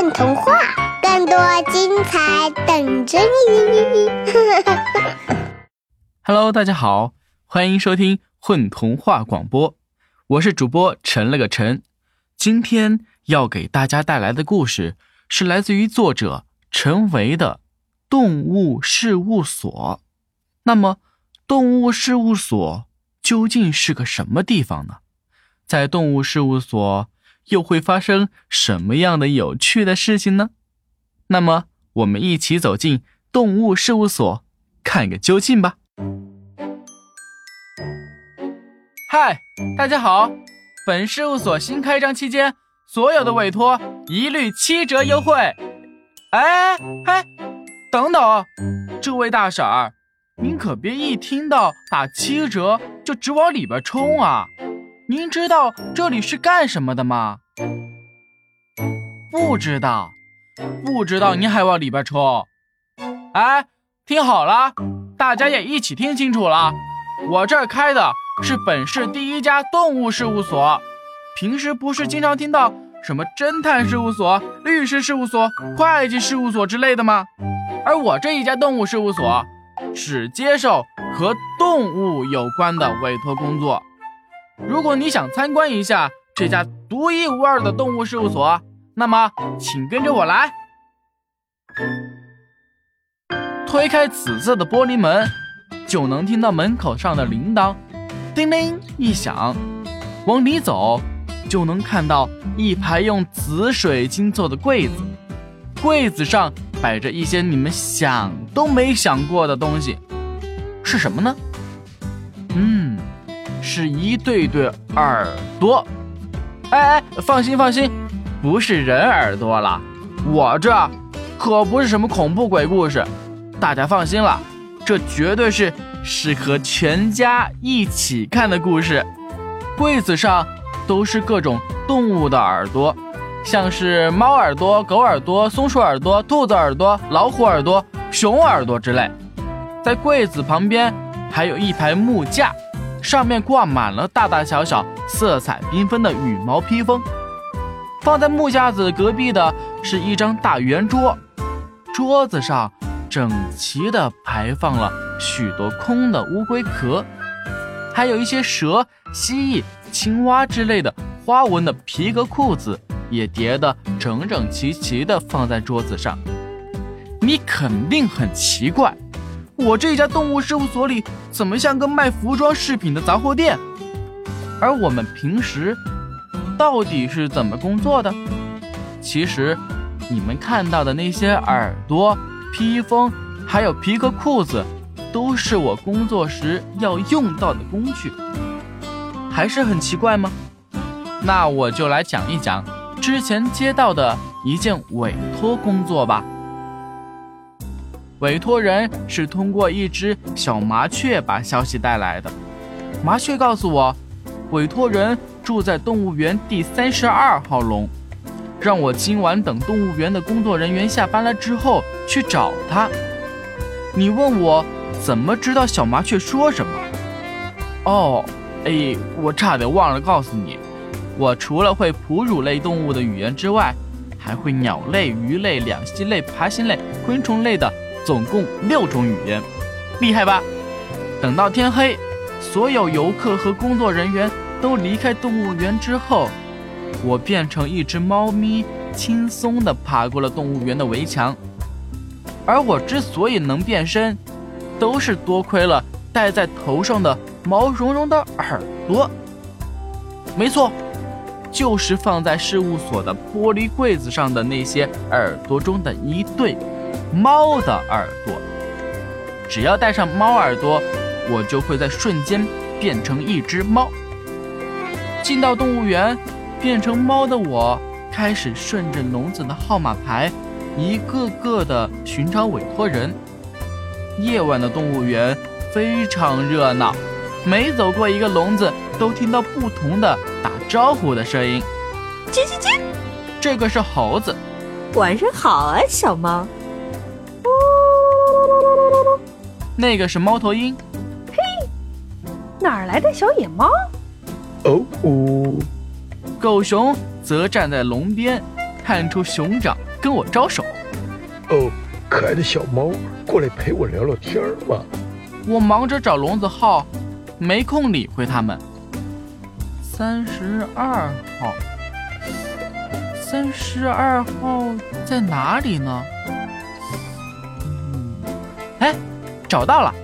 混童话，更多精彩等着你。 Hello， 大家好，欢迎收听混童话广播，我是主播陈了个陈。今天要给大家带来的故事是来自于作者陈维的动物事务所。那么动物事务所究竟是个什么地方呢？在动物事务所又会发生什么样的有趣的事情呢？那么我们一起走进动物事务所，看个究竟吧。嗨，大家好，本事务所新开张期间，所有的委托一律7折优惠。哎，等等，这位大婶儿，您可别一听到打7折就直往里边冲啊！您知道这里是干什么的吗？不知道您还往里边冲？哎，听好了，大家也一起听清楚了，我这儿开的是本市第一家动物事务所。平时不是经常听到什么侦探事务所、律师事务所、会计事务所之类的吗？而我这一家动物事务所只接受和动物有关的委托工作。如果你想参观一下这家独一无二的动物事务所，那么请跟着我来。推开紫色的玻璃门，就能听到门口上的铃铛叮铃一响，往里走就能看到一排用紫水晶做的柜子，柜子上摆着一些你们想都没想过的东西。是什么呢？是一对对耳朵。放心，不是人耳朵了，我这可不是什么恐怖鬼故事，大家放心了，这绝对是适合全家一起看的故事。柜子上都是各种动物的耳朵，像是猫耳朵、狗耳朵、松鼠耳朵、兔子耳朵、老虎耳朵、熊耳朵之类。在柜子旁边还有一排木架，上面挂满了大大小小色彩缤纷的羽毛披风。放在木架子隔壁的是一张大圆桌，桌子上整齐地排放了许多空的乌龟壳，还有一些蛇、蜥蜴、青蛙之类的花纹的皮革裤子也叠得整整齐齐地放在桌子上。你肯定很奇怪，我这家动物事务所里怎么像个卖服装饰品的杂货店？而我们平时到底是怎么工作的？其实你们看到的那些耳朵、披风还有皮革裤子，都是我工作时要用到的工具。还是很奇怪吗？那我就来讲一讲之前接到的一件委托工作吧。委托人是通过一只小麻雀把消息带来的。麻雀告诉我，委托人住在动物园第32号笼，让我今晚等动物园的工作人员下班了之后去找他。你问我怎么知道小麻雀说什么？我差点忘了告诉你，我除了会哺乳类动物的语言之外，还会鸟类、鱼类、两栖类、爬行类、昆虫类的总共6种语言，厉害吧？等到天黑，所有游客和工作人员都离开动物园之后，我变成一只猫咪，轻松地爬过了动物园的围墙。而我之所以能变身，都是多亏了戴在头上的毛茸茸的耳朵。没错，就是放在事务所的玻璃柜子上的那些耳朵中的一对猫的耳朵。只要戴上猫耳朵，我就会在瞬间变成一只猫。进到动物园，变成猫的我开始顺着笼子的号码牌一个个的寻找委托人。夜晚的动物园非常热闹，每走过一个笼子都听到不同的打招呼的声音。 叽叽叽， 这个是猴子。 晚上好啊，小猫。 那个是猫头鹰。 嘿，哪儿来的小野猫？ 狗熊则站在笼边，看出熊掌跟我招手。 哦，可爱的小猫，过来陪我聊聊天嘛。 我忙着找笼子号，没空理会他们。32号，32号在哪里呢？哎，找到了！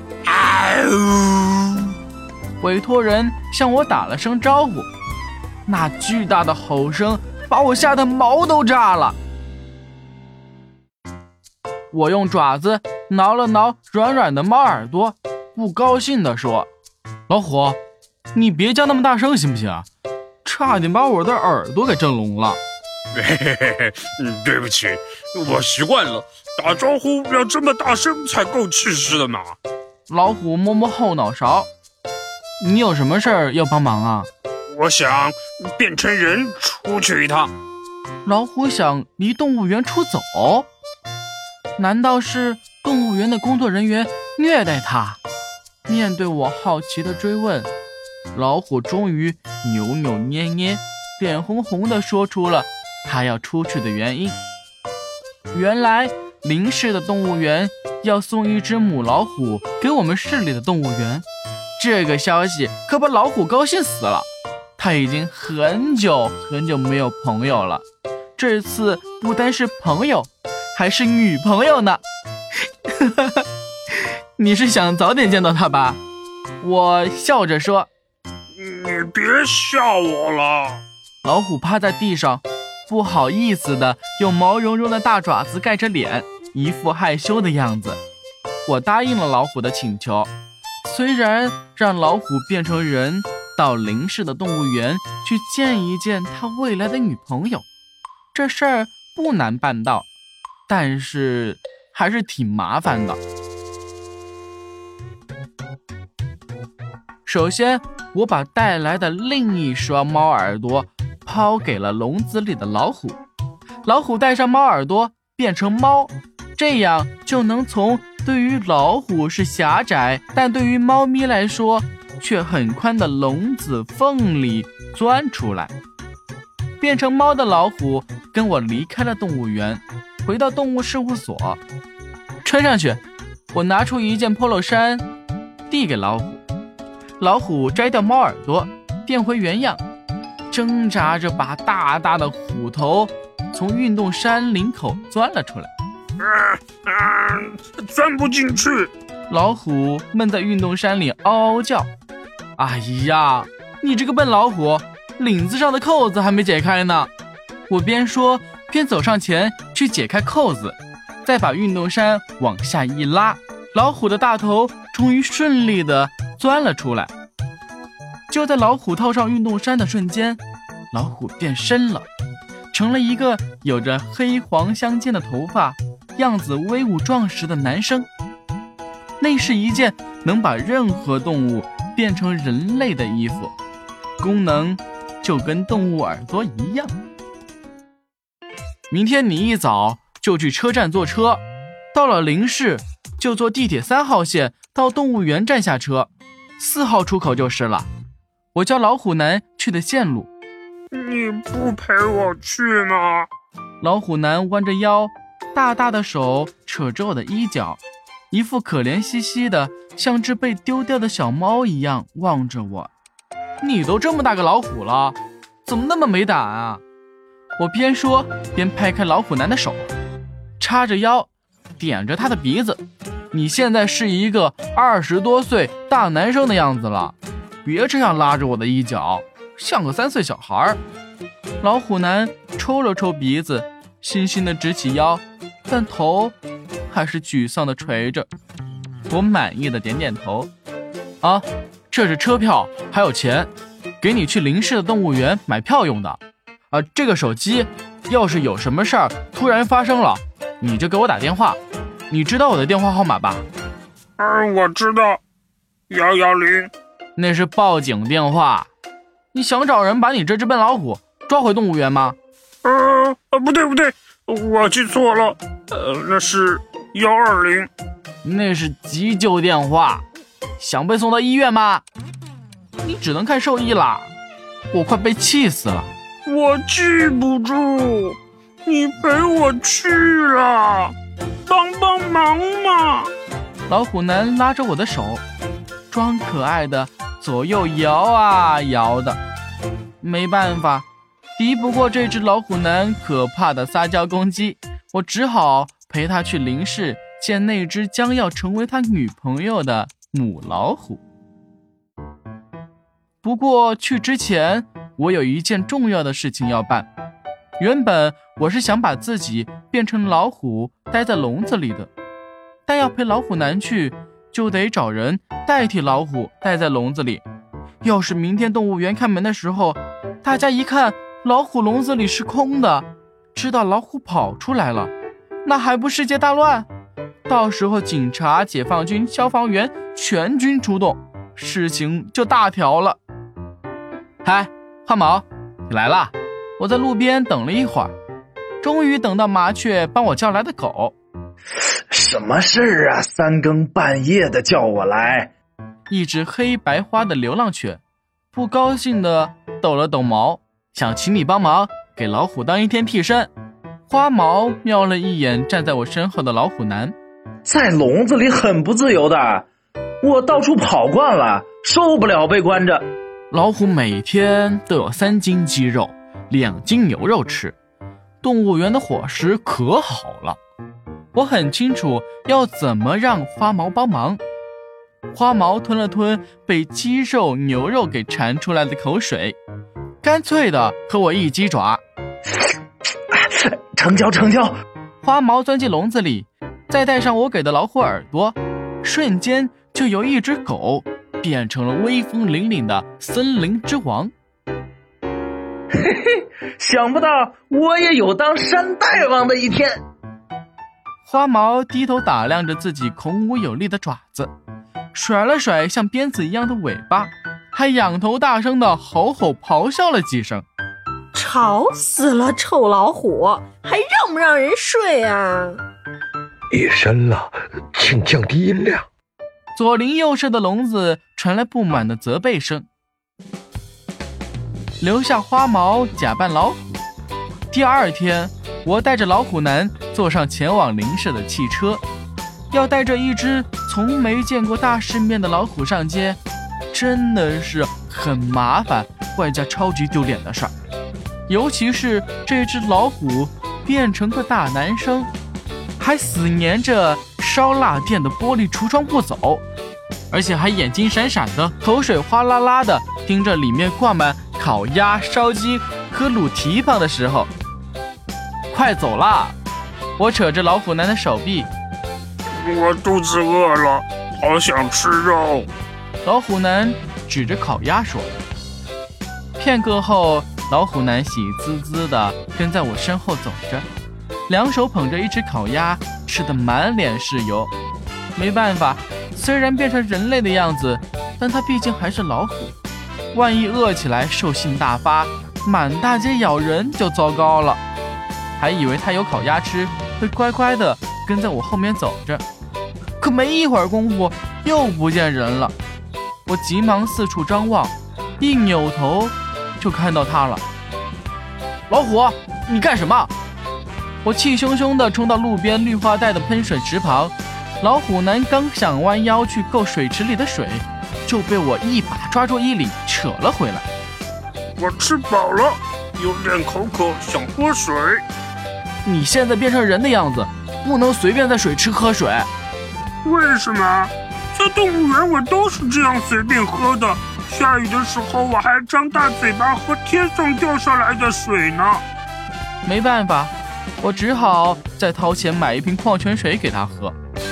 委托人向我打了声招呼，那巨大的吼声把我吓得毛都炸了。我用爪子挠了挠软软的猫耳朵，不高兴地说：“老虎，你别叫那么大声行不行？差点把我的耳朵给震聋了。” 对不起，我习惯了，打招呼要这么大声才够气势的嘛。 老虎摸摸后脑勺：“你有什么事儿要帮忙啊？” 我想变成人出去一趟。 老虎想离动物园出走？难道是动物园的工作人员虐待他？面对我好奇的追问，老虎终于扭扭捏捏、脸红红地说出了他要出去的原因。原来林市的动物园要送一只母老虎给我们市里的动物园，这个消息可把老虎高兴死了。他已经很久没有朋友了，这次不单是朋友，还是女朋友呢。你是想早点见到他吧？我笑着说。 你别笑我了。 老虎趴在地上，不好意思的用毛茸茸的大爪子盖着脸，一副害羞的样子。我答应了老虎的请求，虽然让老虎变成人到林市的动物园去见一见他未来的女朋友，这事儿不难办到，但是还是挺麻烦的。首先，我把带来的另一双猫耳朵抛给了笼子里的老虎，老虎戴上猫耳朵变成猫，这样就能从对于老虎是狭窄，但对于猫咪来说却很宽的笼子缝里钻出来。变成猫的老虎跟我离开了动物园，回到动物事务所，穿上去。我拿出一件 polo 衫递给老虎，老虎摘掉猫耳朵变回原样，挣扎着把大大的虎头从运动衫领口钻了出来。 钻不进去。 老虎闷在运动衫里嗷嗷叫。哎呀，你这个笨老虎，领子上的扣子还没解开呢。我边说边走上前去解开扣子，再把运动衫往下一拉，老虎的大头终于顺利地钻了出来。就在老虎套上运动衫的瞬间，老虎变身了，成了一个有着黑黄相间的头发，样子威武壮实的男生。那是一件能把任何动物变成人类的衣服，功能就跟动物耳朵一样。明天你一早就去车站坐车，到了林市就坐地铁3号线到动物园站下车，4号出口就是了。我教老虎男去的线路。 你不陪我去吗？ 老虎男弯着腰，大大的手扯着我的衣角，一副可怜兮兮的，像只被丢掉的小猫一样望着我。你都这么大个老虎了，怎么那么没胆啊？我边说边拍开老虎男的手，叉着腰点着他的鼻子。你现在是一个20多岁大男生的样子了，别这样拉着我的衣角，像个3岁小孩。老虎男抽了抽鼻子，悻悻地直起腰，但头还是沮丧地垂着。我满意的点点头。啊，这是车票，还有钱，给你去林市的动物园买票用的。这个手机要是有什么事儿突然发生了，你就给我打电话。你知道我的电话号码吧？ 我知道，110。 那是报警电话。你想找人把你这只笨老虎抓回动物园吗？ 不对，我记错了，那是120。 那是急救电话。想被送到医院吗？你只能看兽医啦。我快被气死了。 我记不住。 你陪我去啦，帮帮忙嘛！ 老虎男拉着我的手，装可爱的左右摇啊摇的。没办法，敌不过这只老虎男可怕的撒娇攻击，我只好陪他去林氏见那只将要成为他女朋友的母老虎。不过去之前，我有一件重要的事情要办。原本我是想把自己变成老虎待在笼子里的，但要陪老虎男去，就得找人代替老虎待在笼子里。要是明天动物园开门的时候，大家一看老虎笼子里是空的，知道老虎跑出来了，那还不世界大乱？到时候警察、解放军、消防员全军出动，事情就大条了。嗨，花毛，你来啦！我在路边等了一会儿，终于等到麻雀帮我叫来的狗。 什么事儿啊？三更半夜的叫我来。 一只黑白花的流浪犬不高兴地抖了抖毛，想请你帮忙给老虎当一天替身。花毛瞄了一眼站在我身后的老虎男， 在笼子里很不自由的，我到处跑惯了，受不了被关着。 老虎每天都有3斤鸡肉，2斤牛肉吃，动物园的伙食可好了。我很清楚要怎么让花毛帮忙。花毛吞了吞被鸡肉、牛肉给馋出来的口水，干脆的和我一鸡爪。 成交成交！ 花毛钻进笼子里，再戴上我给的老虎耳朵，瞬间就由一只狗变成了威风凛凛的森林之王。 嘿嘿，想不到我也有当山大王的一天。 花毛低头打量着自己孔武有力的爪子，甩了甩像鞭子一样的尾巴，还仰头大声地吼吼咆哮了几声。 吵死了，臭老虎，还让不让人睡啊？ 夜深了，请降低音量。 左邻右舍的笼子传来不满的责备声。留下花毛假扮老虎。第2天，我带着老虎男坐上前往林氏的汽车。要带着一只从没见过大世面的老虎上街，真的是很麻烦，外加超级丢脸的事儿。尤其是这只老虎变成个大男生，还死黏着烧腊店的玻璃橱窗不走，而且还眼睛闪闪的，口水哗啦啦的盯着里面挂满烤鸭、烧鸡和卤蹄膀的时候。快走啦！我扯着老虎男的手臂。 我肚子饿了，好想吃肉。 老虎男指着烤鸭说。片刻后，老虎男喜滋滋地跟在我身后走着，两手捧着一只烤鸭，吃得满脸是油。没办法，虽然变成人类的样子，但他毕竟还是老虎，万一饿起来兽性大发，满大街咬人就糟糕了。还以为他有烤鸭吃，会乖乖地跟在我后面走着，可没一会儿功夫又不见人了。我急忙四处张望，一扭头就看到他了。老虎，你干什么？我气汹汹地冲到路边绿化带的喷水池旁，老虎男刚想弯腰去够水池里的水，就被我一把抓住衣领扯了回来。 我吃饱了，有点口渴，想喝水。 你现在变成人的样子，不能随便在水池喝水。 为什么？在动物园我都是这样随便喝的，下雨的时候我还张大嘴巴喝天上掉下来的水呢。 没办法，我只好再掏钱买一瓶矿泉水给他喝。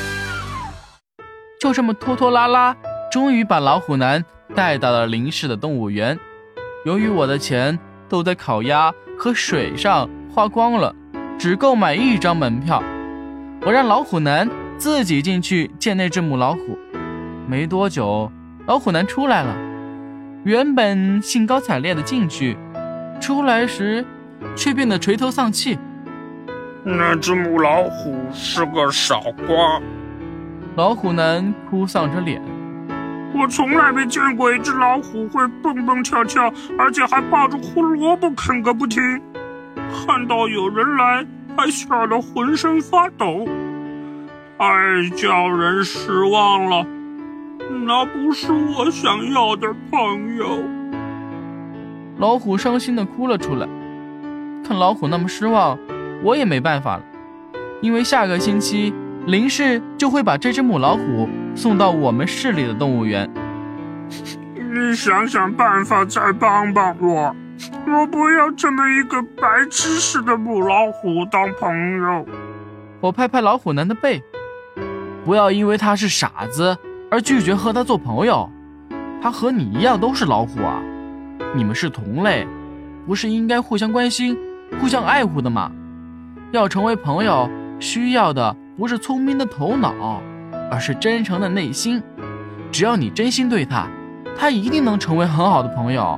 就这么拖拖拉拉，终于把老虎男带到了林氏的动物园。由于我的钱都在烤鸭和水上花光了，只够买1张门票。我让老虎男自己进去见那只母老虎。没多久，老虎男出来了，原本兴高采烈的进去，出来时却变得垂头丧气。 那只母老虎是个傻瓜。 老虎男哭丧着脸。 我从来没见过一只老虎会蹦蹦跳跳，而且还抱着胡萝卜啃个不停。 看到有人来，还吓得浑身发抖，太叫人失望了。那不是我想要的朋友。 老虎伤心地哭了出来。看老虎那么失望，我也没办法了，因为下个星期林氏就会把这只母老虎送到我们市里的动物园。 你想想办法再帮帮我，我不要这么一个白痴似的母老虎当朋友。 我拍拍老虎男的背，不要因为他是傻子而拒绝和他做朋友，他和你一样都是老虎啊，你们是同类，不是应该互相关心互相爱护的吗？要成为朋友，需要的不是聪明的头脑，而是真诚的内心。只要你真心对他，他一定能成为很好的朋友。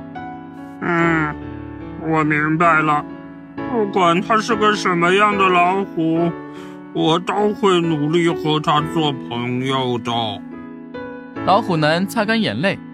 我明白了，不管他是个什么样的老虎，我都会努力和他做朋友的。 老虎男擦干眼泪。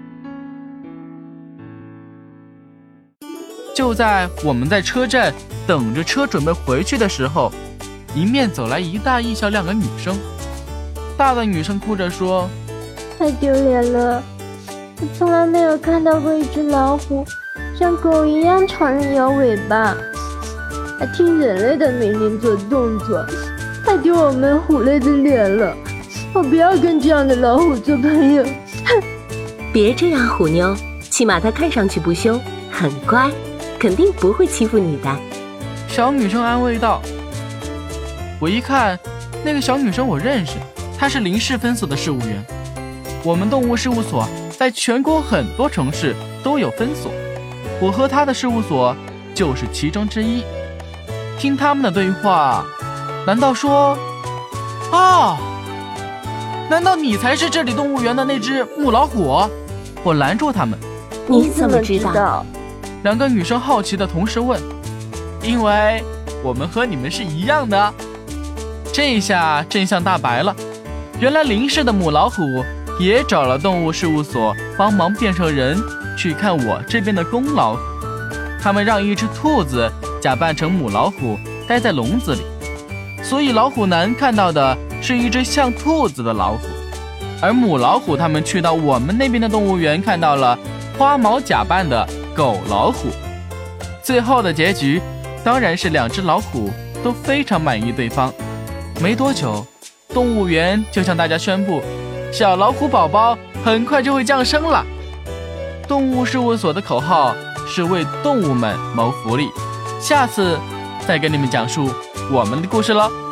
就在我们在车站等着车准备回去的时候，迎面走来一大一小两个女生。大的女生哭着说， 太丢脸了，我从来没有看到过一只老虎像狗一样朝人摇尾巴，还听人类的命令做动作，太丢我们虎类的脸了。我不要跟这样的老虎做朋友。 别这样，虎妞，起码它看上去不凶，很乖，肯定不会欺负你的。 小女生安慰道。我一看，那个小女生我认识，她是林氏分所的事务员。我们动物事务所在全国很多城市都有分所，我和她的事务所就是其中之一。听他们的对话，难道说，难道你才是这里动物园的那只母老虎？我拦住他们。 你怎么知道？ 两个女生好奇的同时问。因为我们和你们是一样的。这下真相大白了，原来林氏的母老虎也找了动物事务所帮忙变成人去看我这边的公老虎。他们让一只兔子假扮成母老虎待在笼子里，所以老虎男看到的是一只像兔子的老虎，而母老虎他们去到我们那边的动物园看到了花毛假扮的狗老虎。最后的结局当然是两只老虎都非常满意对方。没多久，动物园就向大家宣布，小老虎宝宝很快就会降生了。动物事务所的口号是为动物们谋福利。下次再跟你们讲述我们的故事咯。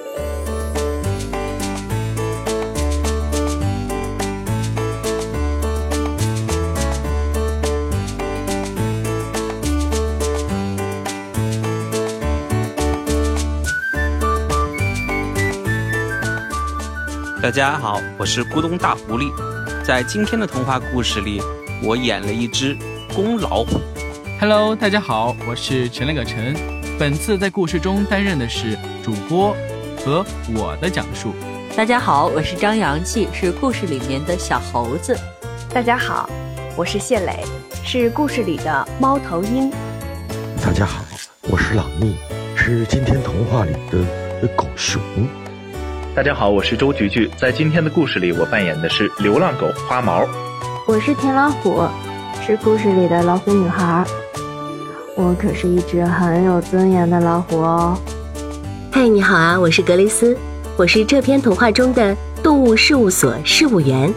大家好，我是咕咚大狐狸。在今天的童话故事里，我演了一只公老虎。 Hello， 大家好，我是陈了个陈。本次在故事中担任的是主播和我的讲述。 大家好，我是张阳气，是故事里面的小猴子。 大家好，我是谢磊，是故事里的猫头鹰。 大家好，我是朗密，是今天童话里的狗熊。 大家好，我是周菊菊，在今天的故事里，我扮演的是流浪狗花毛。 我是田老虎，是故事里的老虎女孩。我可是一只很有尊严的老虎哦。 嗨，你好啊，我是格雷斯，我是这篇童话中的动物事务所事务员。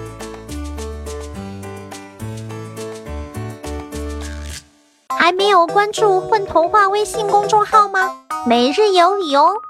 还没有关注混童话微信公众号吗？每日有礼哦。